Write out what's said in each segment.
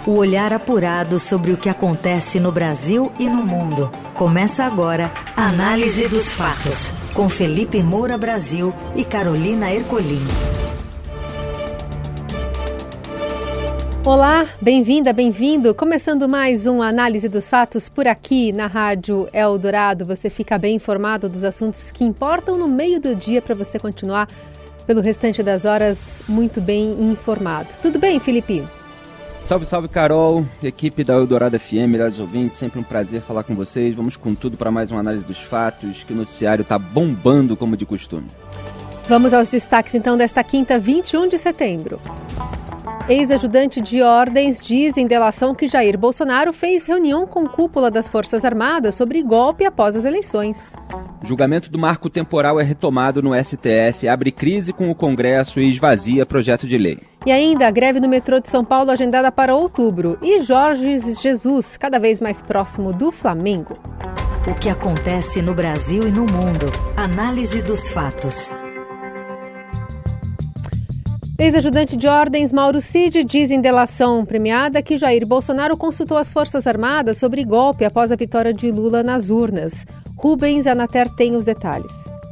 O olhar apurado sobre o que acontece no Brasil e no mundo. Começa agora a Análise dos Fatos, com Felipe Moura Brasil e Carolina Ercolim. Olá, bem-vinda, bem-vindo. Começando mais uma Análise dos Fatos por aqui na Rádio Eldorado. Você fica bem informado dos assuntos que importam no meio do dia para você continuar pelo restante das horas muito bem informado. Tudo bem, Felipe? Salve, salve, Carol, equipe da Eldorado FM, melhores ouvintes, sempre um prazer falar com vocês. Vamos com tudo para mais uma análise dos fatos, que o noticiário está bombando como de costume. Vamos aos destaques então desta quinta, 21 de setembro. Ex-ajudante de ordens diz em delação que Jair Bolsonaro fez reunião com cúpula das Forças Armadas sobre golpe após as eleições. Julgamento do marco temporal é retomado no STF, abre crise com o Congresso e esvazia projeto de lei. E ainda a greve no metrô de São Paulo agendada para outubro. E Jorge Jesus, cada vez mais próximo do Flamengo. O que acontece no Brasil e no mundo. Análise dos fatos. Ex-ajudante de ordens Mauro Cid diz em delação premiada que Jair Bolsonaro consultou as Forças Armadas sobre golpe após a vitória de Lula nas urnas. Rubens Anater tem os detalhes.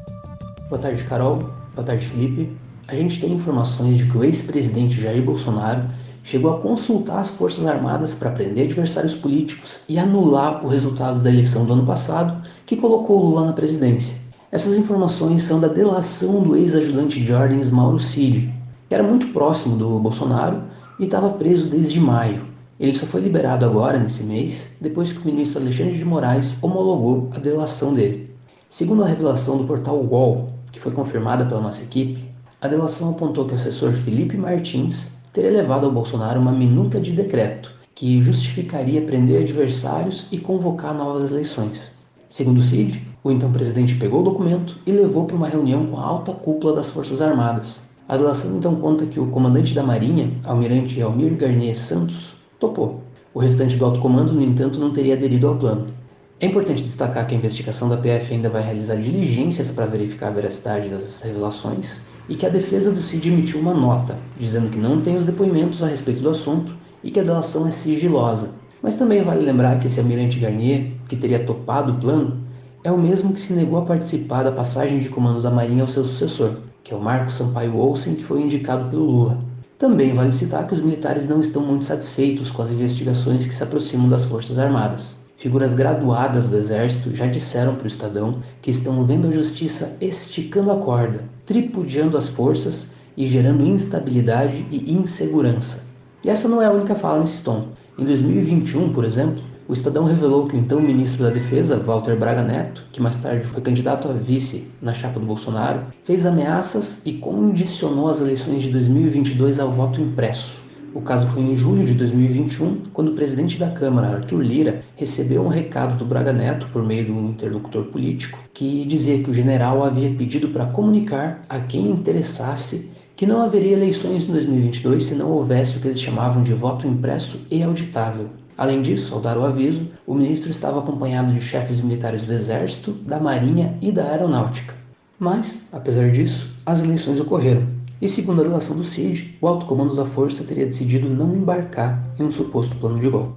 Boa tarde, Carol. Boa tarde, Felipe. A gente tem informações de que o ex-presidente Jair Bolsonaro chegou a consultar as Forças Armadas para prender adversários políticos e anular o resultado da eleição do ano passado, que colocou Lula na presidência. Essas informações são da delação do ex-ajudante de ordens Mauro Cid, que era muito próximo do Bolsonaro e estava preso desde maio. Ele só foi liberado agora, nesse mês, depois que o ministro Alexandre de Moraes homologou a delação dele. Segundo a revelação do portal UOL, que foi confirmada pela nossa equipe, a delação apontou que o assessor Felipe Martins teria levado ao Bolsonaro uma minuta de decreto, que justificaria prender adversários e convocar novas eleições. Segundo Cid, o então presidente pegou o documento e levou para uma reunião com a alta cúpula das Forças Armadas. A delação então conta que o comandante da Marinha, almirante Almir Garnier Santos, topou. O restante do alto comando, no entanto, não teria aderido ao plano. É importante destacar que a investigação da PF ainda vai realizar diligências para verificar a veracidade dessas revelações e que a defesa do Cid emitiu uma nota, dizendo que não tem os depoimentos a respeito do assunto e que a delação é sigilosa. Mas também vale lembrar que esse almirante Garnier, que teria topado o plano, é o mesmo que se negou a participar da passagem de comando da Marinha ao seu sucessor, que é o Marco Sampaio Olsen, que foi indicado pelo Lula. Também vale citar que os militares não estão muito satisfeitos com as investigações que se aproximam das Forças Armadas. Figuras graduadas do Exército já disseram para o Estadão que estão vendo a justiça esticando a corda, tripudiando as forças e gerando instabilidade e insegurança. E essa não é a única fala nesse tom. Em 2021, por exemplo, o Estadão revelou que o então ministro da Defesa, Walter Braga Neto, que mais tarde foi candidato a vice na chapa do Bolsonaro, fez ameaças e condicionou as eleições de 2022 ao voto impresso. O caso foi em julho de 2021, quando o presidente da Câmara, Arthur Lira, recebeu um recado do Braga Neto, por meio de um interlocutor político, que dizia que o general havia pedido para comunicar a quem interessasse que não haveria eleições em 2022 se não houvesse o que eles chamavam de voto impresso e auditável. Além disso, ao dar o aviso, o ministro estava acompanhado de chefes militares do Exército, da Marinha e da Aeronáutica. Mas, apesar disso, as eleições ocorreram. E segundo a delação do Cid, o alto comando da força teria decidido não embarcar em um suposto plano de golpe.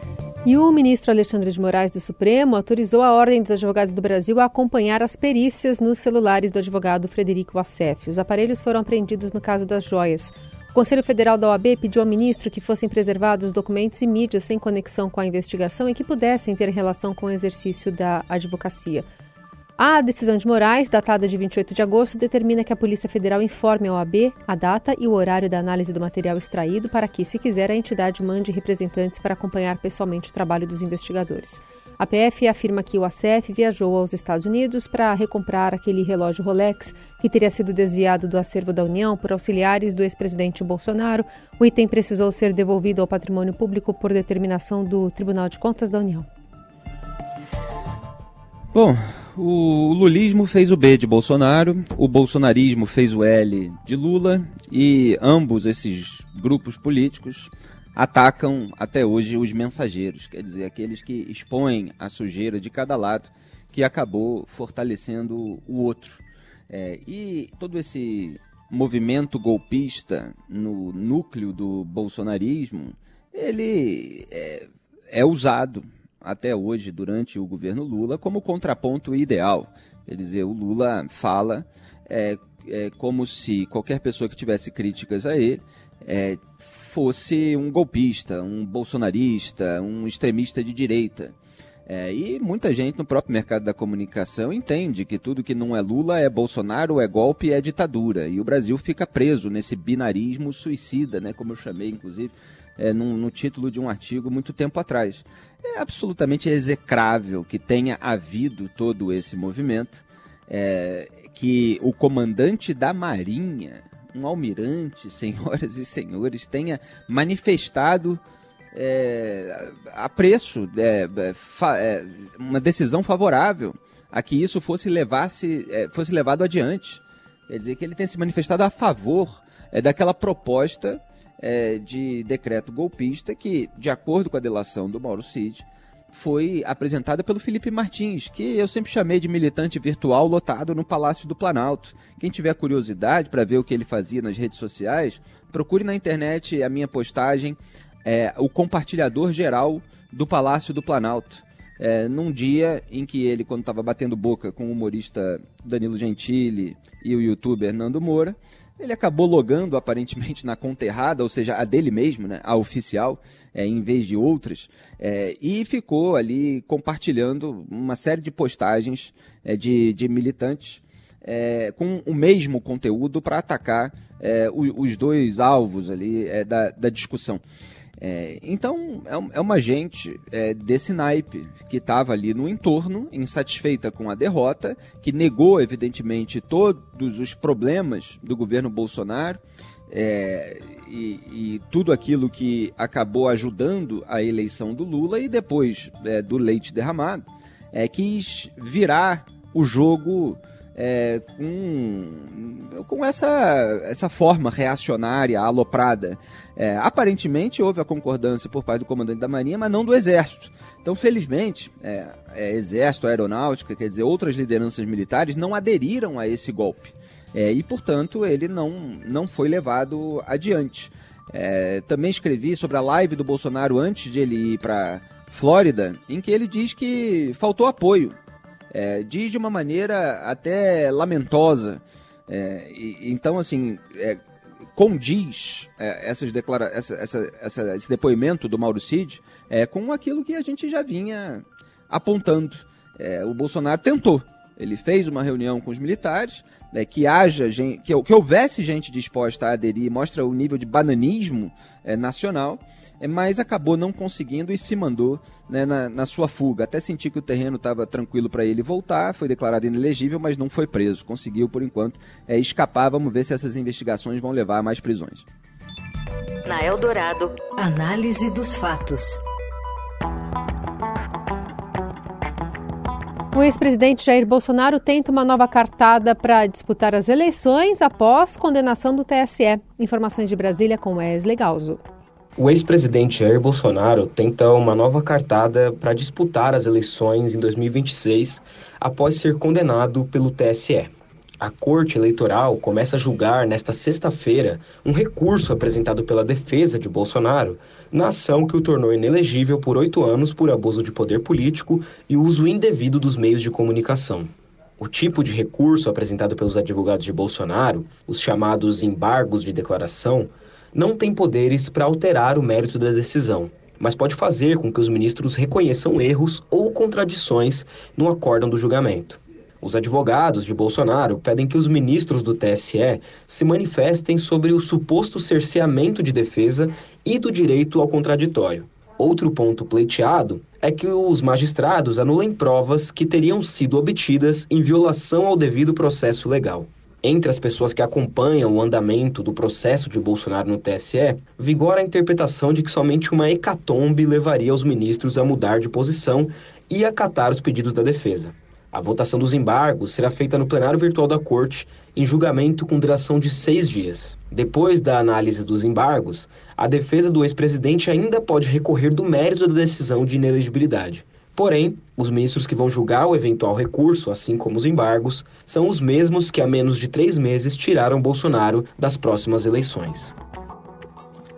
E o ministro Alexandre de Moraes do Supremo autorizou a Ordem dos Advogados do Brasil a acompanhar as perícias nos celulares do advogado Frederico Assef. Os aparelhos foram apreendidos no caso das joias. O Conselho Federal da OAB pediu ao ministro que fossem preservados documentos e mídias sem conexão com a investigação e que pudessem ter relação com o exercício da advocacia. A decisão de Moraes, datada de 28 de agosto, determina que a Polícia Federal informe a OAB a data e o horário da análise do material extraído para que, se quiser, a entidade mande representantes para acompanhar pessoalmente o trabalho dos investigadores. A PF afirma que o Assef viajou aos Estados Unidos para recomprar aquele relógio Rolex que teria sido desviado do acervo da União por auxiliares do ex-presidente Bolsonaro. O item precisou ser devolvido ao patrimônio público por determinação do Tribunal de Contas da União. Bom, o lulismo fez o B de Bolsonaro, o bolsonarismo fez o L de Lula e ambos esses grupos políticos atacam até hoje os mensageiros, quer dizer, aqueles que expõem a sujeira de cada lado, que acabou fortalecendo o outro. E todo esse movimento golpista no núcleo do bolsonarismo, ele é usado até hoje, durante o governo Lula, como contraponto ideal. Quer dizer, o Lula fala como se qualquer pessoa que tivesse críticas a ele fosse um golpista, um bolsonarista, um extremista de direita. E muita gente no próprio mercado da comunicação entende que tudo que não é Lula é Bolsonaro, é golpe, é ditadura. E o Brasil fica preso nesse binarismo suicida, né, como eu chamei, inclusive, no título de um artigo muito tempo atrás. É absolutamente execrável que tenha havido todo esse movimento, que o comandante da Marinha, um almirante, senhoras e senhores, tenha manifestado apreço, uma decisão favorável a que isso fosse levado adiante. Quer dizer, que ele tenha se manifestado a favor daquela proposta de decreto golpista que, de acordo com a delação do Mauro Cid, foi apresentada pelo Felipe Martins, que eu sempre chamei de militante virtual lotado no Palácio do Planalto. Quem tiver curiosidade para ver o que ele fazia nas redes sociais, procure na internet a minha postagem, o compartilhador geral do Palácio do Planalto. Num dia em que ele, quando estava batendo boca com o humorista Danilo Gentili e o youtuber Nando Moura, ele acabou logando aparentemente na conta errada, ou seja, a dele mesmo, né, a oficial, em vez de outras, e ficou ali compartilhando uma série de postagens de militantes com o mesmo conteúdo para atacar os dois alvos ali da discussão. Então, é uma gente desse naipe que estava ali no entorno, insatisfeita com a derrota, que negou, evidentemente, todos os problemas do governo Bolsonaro e tudo aquilo que acabou ajudando a eleição do Lula, e depois do leite derramado, quis virar o jogo com essa forma reacionária, aloprada. Aparentemente houve a concordância por parte do comandante da Marinha, mas não do Exército. Então, felizmente, Exército, Aeronáutica, quer dizer, outras lideranças militares não aderiram a esse golpe. E, portanto, ele não foi levado adiante. Também escrevi sobre a live do Bolsonaro antes de ele ir para Flórida, em que ele diz que faltou apoio. Diz de uma maneira até lamentosa. Então, assim, condiz esse depoimento do Mauro Cid com aquilo que a gente já vinha apontando. O Bolsonaro tentou. Ele fez uma reunião com os militares, que houvesse gente disposta a aderir, mostra o nível de bananismo nacional, mas acabou não conseguindo e se mandou, né, na sua fuga. Até sentir que o terreno estava tranquilo para ele voltar, foi declarado inelegível, mas não foi preso. Conseguiu, por enquanto, escapar. Vamos ver se essas investigações vão levar a mais prisões. Na Eldorado, análise dos fatos. O ex-presidente Jair Bolsonaro tenta uma nova cartada para disputar as eleições após condenação do TSE. Informações de Brasília com Wesley Galzo. O ex-presidente Jair Bolsonaro tenta uma nova cartada para disputar as eleições em 2026 após ser condenado pelo TSE. A Corte Eleitoral começa a julgar nesta sexta-feira um recurso apresentado pela defesa de Bolsonaro na ação que o tornou inelegível por 8 anos por abuso de poder político e uso indevido dos meios de comunicação. O tipo de recurso apresentado pelos advogados de Bolsonaro, os chamados embargos de declaração, não tem poderes para alterar o mérito da decisão, mas pode fazer com que os ministros reconheçam erros ou contradições no acórdão do julgamento. Os advogados de Bolsonaro pedem que os ministros do TSE se manifestem sobre o suposto cerceamento de defesa e do direito ao contraditório. Outro ponto pleiteado é que os magistrados anulem provas que teriam sido obtidas em violação ao devido processo legal. Entre as pessoas que acompanham o andamento do processo de Bolsonaro no TSE, vigora a interpretação de que somente uma hecatombe levaria os ministros a mudar de posição e acatar os pedidos da defesa. A votação dos embargos será feita no plenário virtual da Corte, em julgamento com duração de 6 dias. Depois da análise dos embargos, a defesa do ex-presidente ainda pode recorrer do mérito da decisão de inelegibilidade. Porém, os ministros que vão julgar o eventual recurso, assim como os embargos, são os mesmos que há menos de 3 meses tiraram Bolsonaro das próximas eleições.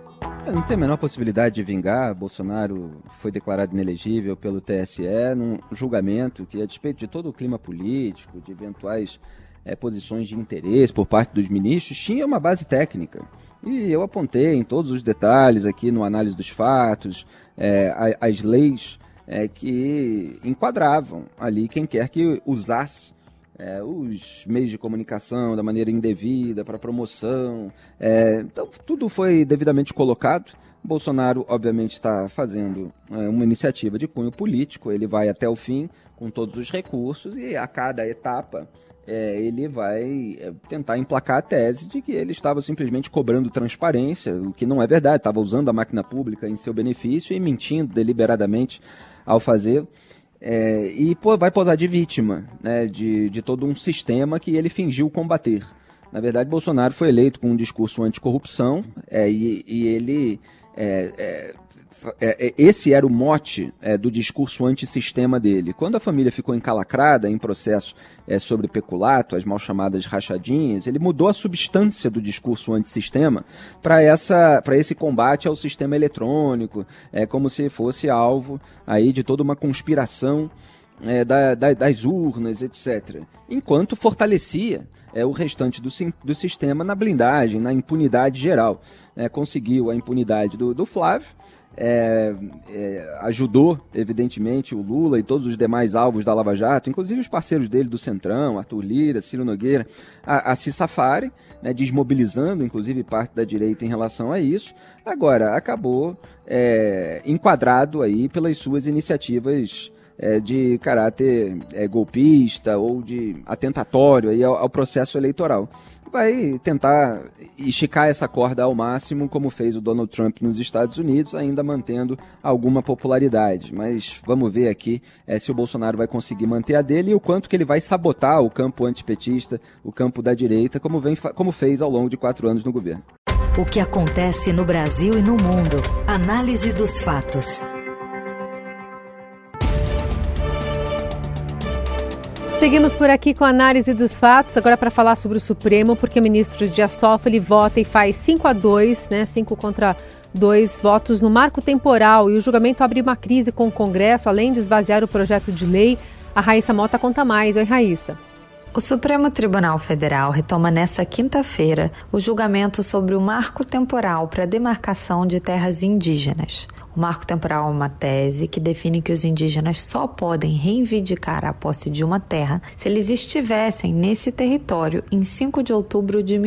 Não tem a menor possibilidade de vingar. Bolsonaro foi declarado inelegível pelo TSE num julgamento que, a despeito de todo o clima político, de eventuais posições de interesse por parte dos ministros, tinha uma base técnica. E eu apontei em todos os detalhes aqui no análise dos fatos, as leis que enquadravam ali quem quer que usasse os meios de comunicação da maneira indevida para promoção. Então, tudo foi devidamente colocado. Bolsonaro, obviamente, está fazendo uma iniciativa de cunho político. Ele vai até o fim com todos os recursos e a cada etapa ele vai tentar emplacar a tese de que ele estava simplesmente cobrando transparência, o que não é verdade. Estava usando a máquina pública em seu benefício e mentindo deliberadamente ao fazê-lo. E vai posar de vítima, né, de todo um sistema que ele fingiu combater. Na verdade, Bolsonaro foi eleito com um discurso anticorrupção e ele... esse era o mote do discurso antissistema dele. Quando a família ficou encalacrada em processo sobre peculato, as mal chamadas rachadinhas, ele mudou a substância do discurso antissistema para esse combate ao sistema eletrônico, como se fosse alvo aí de toda uma conspiração das urnas, etc. Enquanto fortalecia o restante do sistema na blindagem, na impunidade geral. Conseguiu a impunidade do Flávio, ajudou, evidentemente, o Lula e todos os demais alvos da Lava Jato, inclusive os parceiros dele do Centrão, Arthur Lira, Ciro Nogueira, a se safarem, desmobilizando, inclusive, parte da direita em relação a isso. Agora, acabou enquadrado aí pelas suas iniciativas de caráter golpista ou de atentatório aí ao processo eleitoral. Vai tentar esticar essa corda ao máximo, como fez o Donald Trump nos Estados Unidos, ainda mantendo alguma popularidade. Mas vamos ver aqui se o Bolsonaro vai conseguir manter a dele e o quanto que ele vai sabotar o campo antipetista, o campo da direita, como fez ao longo de 4 anos no governo. O que acontece no Brasil e no mundo. Análise dos fatos. Seguimos por aqui com a análise dos fatos, agora para falar sobre o Supremo, porque o ministro Dias Toffoli vota e faz 5-2, 5 contra 2 votos no marco temporal, e o julgamento abre uma crise com o Congresso, além de esvaziar o projeto de lei. A Raíssa Mota conta mais. Oi, Raíssa. O Supremo Tribunal Federal retoma nesta quinta-feira o julgamento sobre o marco temporal para a demarcação de terras indígenas. O marco temporal é uma tese que define que os indígenas só podem reivindicar a posse de uma terra se eles estivessem nesse território em 5 de outubro de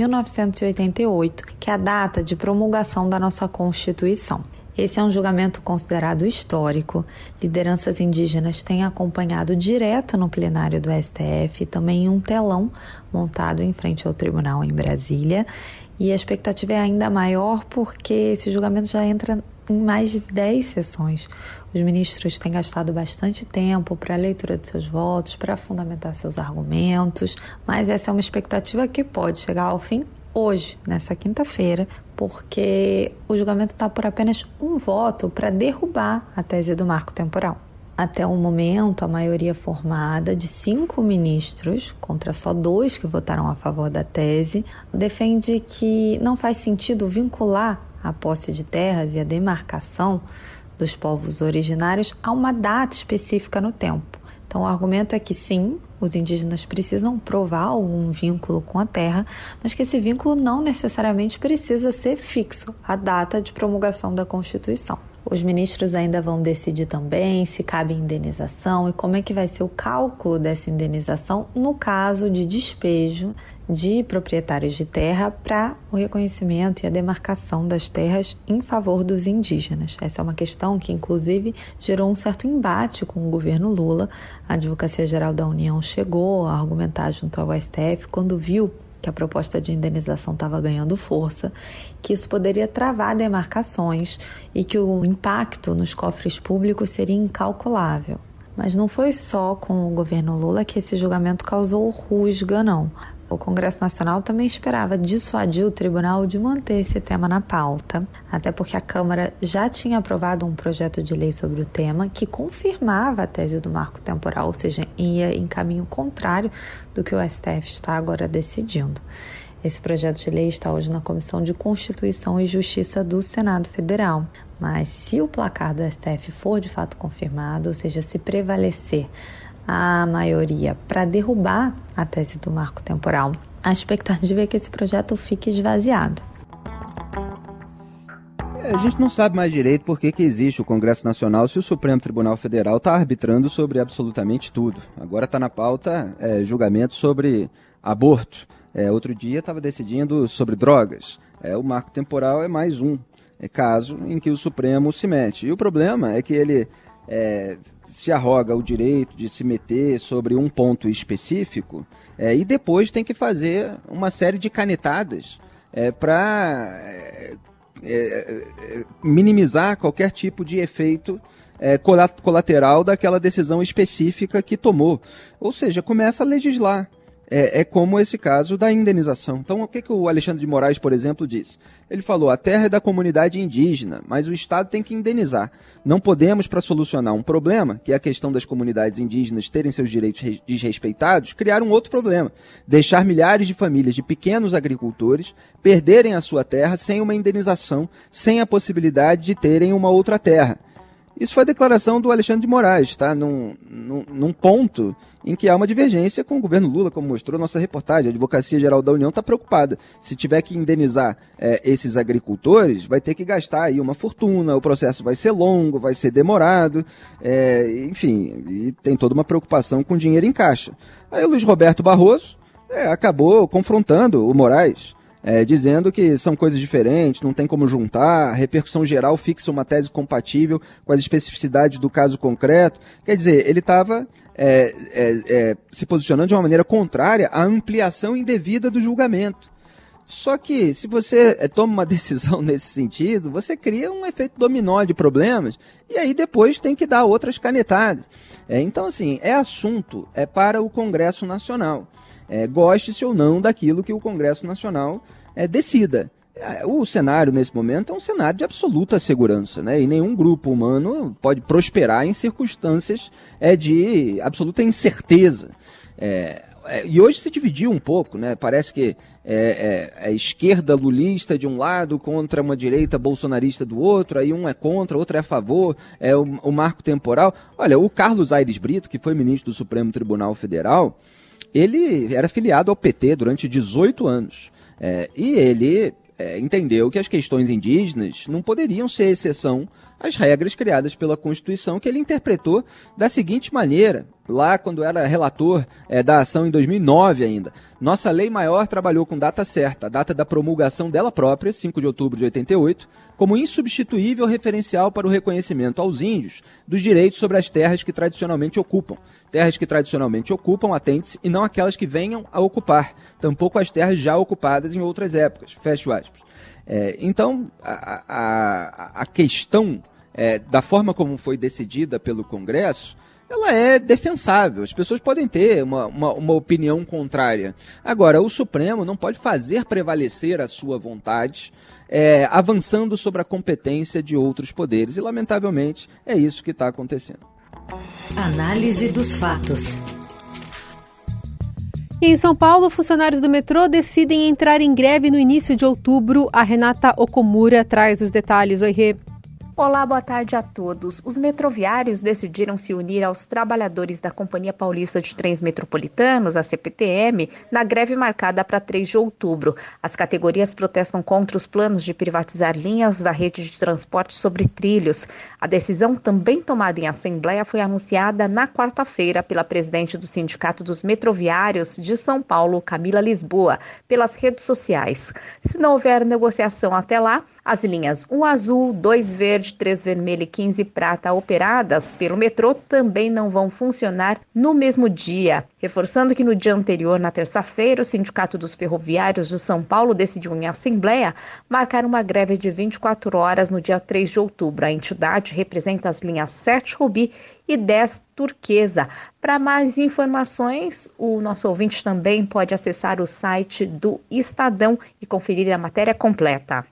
1988, que é a data de promulgação da nossa Constituição. Esse é um julgamento considerado histórico. Lideranças indígenas têm acompanhado direto no plenário do STF, também em um telão montado em frente ao tribunal em Brasília. E a expectativa é ainda maior porque esse julgamento já entra em mais de 10 sessões. Os ministros têm gastado bastante tempo para a leitura de seus votos, para fundamentar seus argumentos, mas essa é uma expectativa que pode chegar ao fim hoje, nessa quinta-feira, porque o julgamento está por apenas um voto para derrubar a tese do marco temporal. Até o momento, a maioria formada de 5 ministros, contra só 2 que votaram a favor da tese, defende que não faz sentido vincular a posse de terras e a demarcação dos povos originários a uma data específica no tempo. Então, o argumento é que sim, os indígenas precisam provar algum vínculo com a terra, mas que esse vínculo não necessariamente precisa ser fixo à data de promulgação da Constituição. Os ministros ainda vão decidir também se cabe indenização e como é que vai ser o cálculo dessa indenização no caso de despejo de proprietários de terra para o reconhecimento e a demarcação das terras em favor dos indígenas. Essa é uma questão que, inclusive, gerou um certo embate com o governo Lula. A Advocacia Geral da União chegou a argumentar junto ao STF quando viu que a proposta de indenização estava ganhando força, que isso poderia travar demarcações e que o impacto nos cofres públicos seria incalculável. Mas não foi só com o governo Lula que esse julgamento causou rusga, não. O Congresso Nacional também esperava dissuadir o tribunal de manter esse tema na pauta, até porque a Câmara já tinha aprovado um projeto de lei sobre o tema que confirmava a tese do marco temporal, ou seja, ia em caminho contrário do que o STF está agora decidindo. Esse projeto de lei está hoje na Comissão de Constituição e Justiça do Senado Federal. Mas se o placar do STF for de fato confirmado, ou seja, se prevalecer a maioria para derrubar a tese do marco temporal, a expectativa é que esse projeto fique esvaziado. A gente não sabe mais direito por que existe o Congresso Nacional se o Supremo Tribunal Federal está arbitrando sobre absolutamente tudo. Agora está na pauta julgamento sobre aborto. Outro dia estava decidindo sobre drogas. O marco temporal é mais um caso em que o Supremo se mete. E o problema é que ele se arroga o direito de se meter sobre um ponto específico e depois tem que fazer uma série de canetadas para minimizar qualquer tipo de efeito colateral daquela decisão específica que tomou. Ou seja, começa a legislar. É como esse caso da indenização. Então, o que o Alexandre de Moraes, por exemplo, disse? Ele falou, a terra é da comunidade indígena, mas o Estado tem que indenizar. Não podemos, para solucionar um problema, que é a questão das comunidades indígenas terem seus direitos desrespeitados, criar um outro problema. Deixar milhares de famílias de pequenos agricultores perderem a sua terra sem uma indenização, sem a possibilidade de terem uma outra terra. Isso foi a declaração do Alexandre de Moraes, tá? Num ponto em que há uma divergência com o governo Lula, como mostrou nossa reportagem. A Advocacia Geral da União está preocupada. Se tiver que indenizar esses agricultores, vai ter que gastar aí uma fortuna, o processo vai ser longo, vai ser demorado, enfim, e tem toda uma preocupação com dinheiro em caixa. Aí o Luiz Roberto Barroso acabou confrontando o Moraes, dizendo que são coisas diferentes, não tem como juntar, a repercussão geral fixa uma tese compatível com as especificidades do caso concreto. Quer dizer, ele estava se posicionando de uma maneira contrária à ampliação indevida do julgamento. Só que, se você toma uma decisão nesse sentido, você cria um efeito dominó de problemas e aí depois tem que dar outras canetadas. Então, assim, assunto para o Congresso Nacional. Goste-se ou não daquilo que o Congresso Nacional decida. O cenário, nesse momento, é um cenário de absoluta segurança, né? E nenhum grupo humano pode prosperar em circunstâncias de absoluta incerteza. E hoje se dividiu um pouco, né? Parece que a esquerda lulista de um lado contra uma direita bolsonarista do outro, aí um é contra, outro é a favor, o marco temporal. Olha, o Carlos Aires Brito, que foi ministro do Supremo Tribunal Federal, ele era filiado ao PT durante 18 anos. E ele entendeu que as questões indígenas não poderiam ser exceção às regras criadas pela Constituição, que ele interpretou da seguinte maneira, lá quando era relator da ação em 2009 ainda. Nossa lei maior trabalhou com data certa, a data da promulgação dela própria, 5 de outubro de 88, como insubstituível referencial para o reconhecimento aos índios dos direitos sobre as terras que tradicionalmente ocupam. Terras que tradicionalmente ocupam, atente-se, e não aquelas que venham a ocupar, tampouco as terras já ocupadas em outras épocas. Fecho aspas. Então, a questão da forma como foi decidida pelo Congresso, ela é defensável. As pessoas podem ter uma opinião contrária. Agora, o Supremo não pode fazer prevalecer a sua vontade avançando sobre a competência de outros poderes. E, lamentavelmente, é isso que está acontecendo. Análise dos fatos. E em São Paulo, funcionários do metrô decidem entrar em greve no início de outubro. A Renata Okumura traz os detalhes. Oi, Rê. Olá, boa tarde a todos. Os metroviários decidiram se unir aos trabalhadores da Companhia Paulista de Trens Metropolitanos, a CPTM, na greve marcada para 3 de outubro. As categorias protestam contra os planos de privatizar linhas da rede de transporte sobre trilhos. A decisão, também tomada em assembleia, foi anunciada na quarta-feira pela presidente do Sindicato dos Metroviários de São Paulo, Camila Lisboa, pelas redes sociais. Se não houver negociação até lá, as linhas 1 azul, 2 verde, 3 vermelho e 15 prata operadas pelo metrô também não vão funcionar no mesmo dia. Reforçando que no dia anterior, na terça-feira, o Sindicato dos Ferroviários de São Paulo decidiu em assembleia marcar uma greve de 24 horas no dia 3 de outubro. A entidade representa as linhas 7 Rubi e 10 Turquesa. Para mais informações, o nosso ouvinte também pode acessar o site do Estadão e conferir a matéria completa.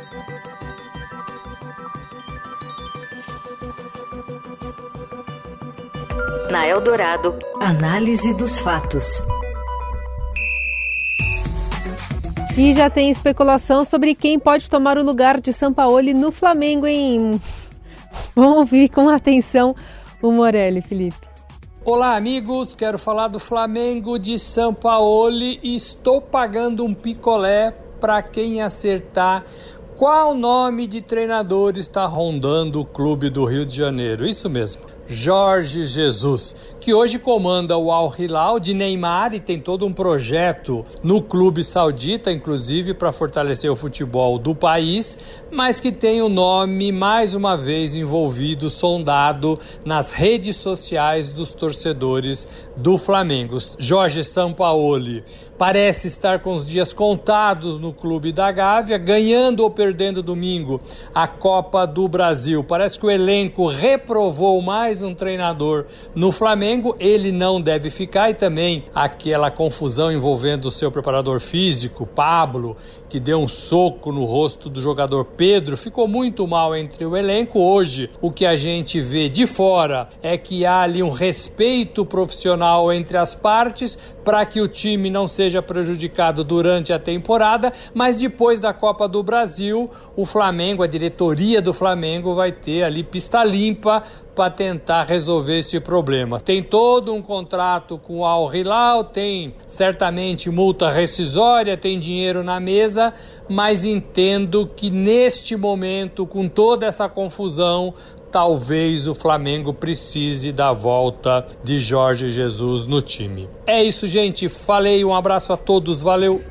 Na Eldorado, análise dos fatos. E já tem especulação sobre quem pode tomar o lugar de Sampaoli no Flamengo, hein? Vamos ouvir com atenção o Morelli, Felipe. Olá, amigos. Quero falar do Flamengo de Sampaoli e estou pagando um picolé para quem acertar qual nome de treinador está rondando o clube do Rio de Janeiro. Isso mesmo, Jorge Jesus, que hoje comanda o Al Hilal de Neymar e tem todo um projeto no clube saudita, inclusive para fortalecer o futebol do país, mas que tem o nome mais uma vez envolvido, sondado nas redes sociais dos torcedores do Flamengo. Jorge Sampaoli parece estar com os dias contados no clube da Gávea, ganhando ou perdendo domingo a Copa do Brasil. Parece que o elenco reprovou mais um treinador no Flamengo, ele não deve ficar, e também aquela confusão envolvendo o seu preparador físico, Pablo, que deu um soco no rosto do jogador Pedro, ficou muito mal entre o elenco. Hoje, o que a gente vê de fora é que há ali um respeito profissional entre as partes para que o time não seja prejudicado durante a temporada, mas depois da Copa do Brasil, o Flamengo, a diretoria do Flamengo vai ter ali pista limpa para tentar resolver esse problema. Tem todo um contrato com o Al Hilal, tem certamente multa rescisória, tem dinheiro na mesa, mas entendo que neste momento, com toda essa confusão, talvez o Flamengo precise da volta de Jorge Jesus no time. É isso, gente. Falei, um abraço a todos, valeu!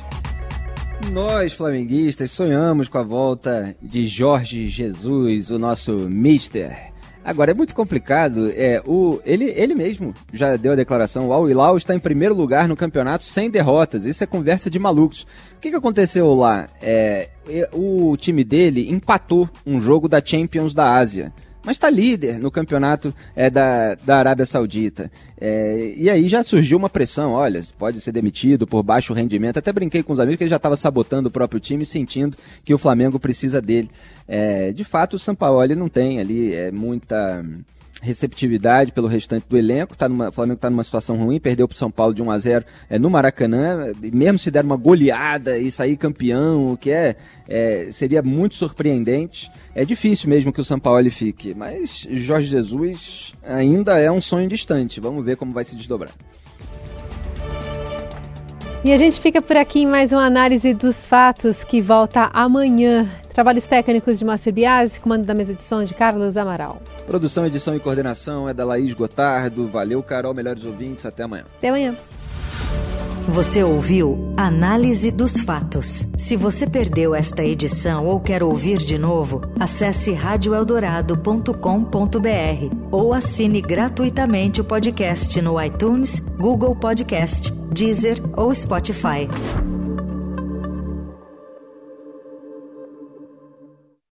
Nós, flamenguistas, sonhamos com a volta de Jorge Jesus, o nosso mister. Agora, é muito complicado, ele mesmo já deu a declaração, o Al Hilal está em primeiro lugar no campeonato sem derrotas, isso é conversa de malucos. O que aconteceu lá? O time dele empatou um jogo da Champions da Ásia, mas está líder no campeonato da Arábia Saudita. E aí já surgiu uma pressão, olha, pode ser demitido por baixo rendimento. Até brinquei com os amigos que ele já estava sabotando o próprio time, sentindo que o Flamengo precisa dele. De fato, o Sampaoli não tem ali muita receptividade pelo restante do elenco. O Flamengo está numa situação ruim, perdeu para o São Paulo de 1-0 no Maracanã, mesmo se der uma goleada e sair campeão, o que seria muito surpreendente. É difícil mesmo que o Sampaoli fique, mas Jorge Jesus ainda é um sonho distante. Vamos ver como vai se desdobrar. E a gente fica por aqui em mais uma análise dos fatos que volta amanhã. Trabalhos técnicos de Márcia Biasi, comando da mesa de som de Carlos Amaral. Produção, edição e coordenação é da Laís Gotardo. Valeu, Carol, melhores ouvintes. Até amanhã. Até amanhã. Você ouviu Análise dos Fatos. Se você perdeu esta edição ou quer ouvir de novo, acesse radioeldorado.com.br ou assine gratuitamente o podcast no iTunes, Google Podcast, Deezer ou Spotify.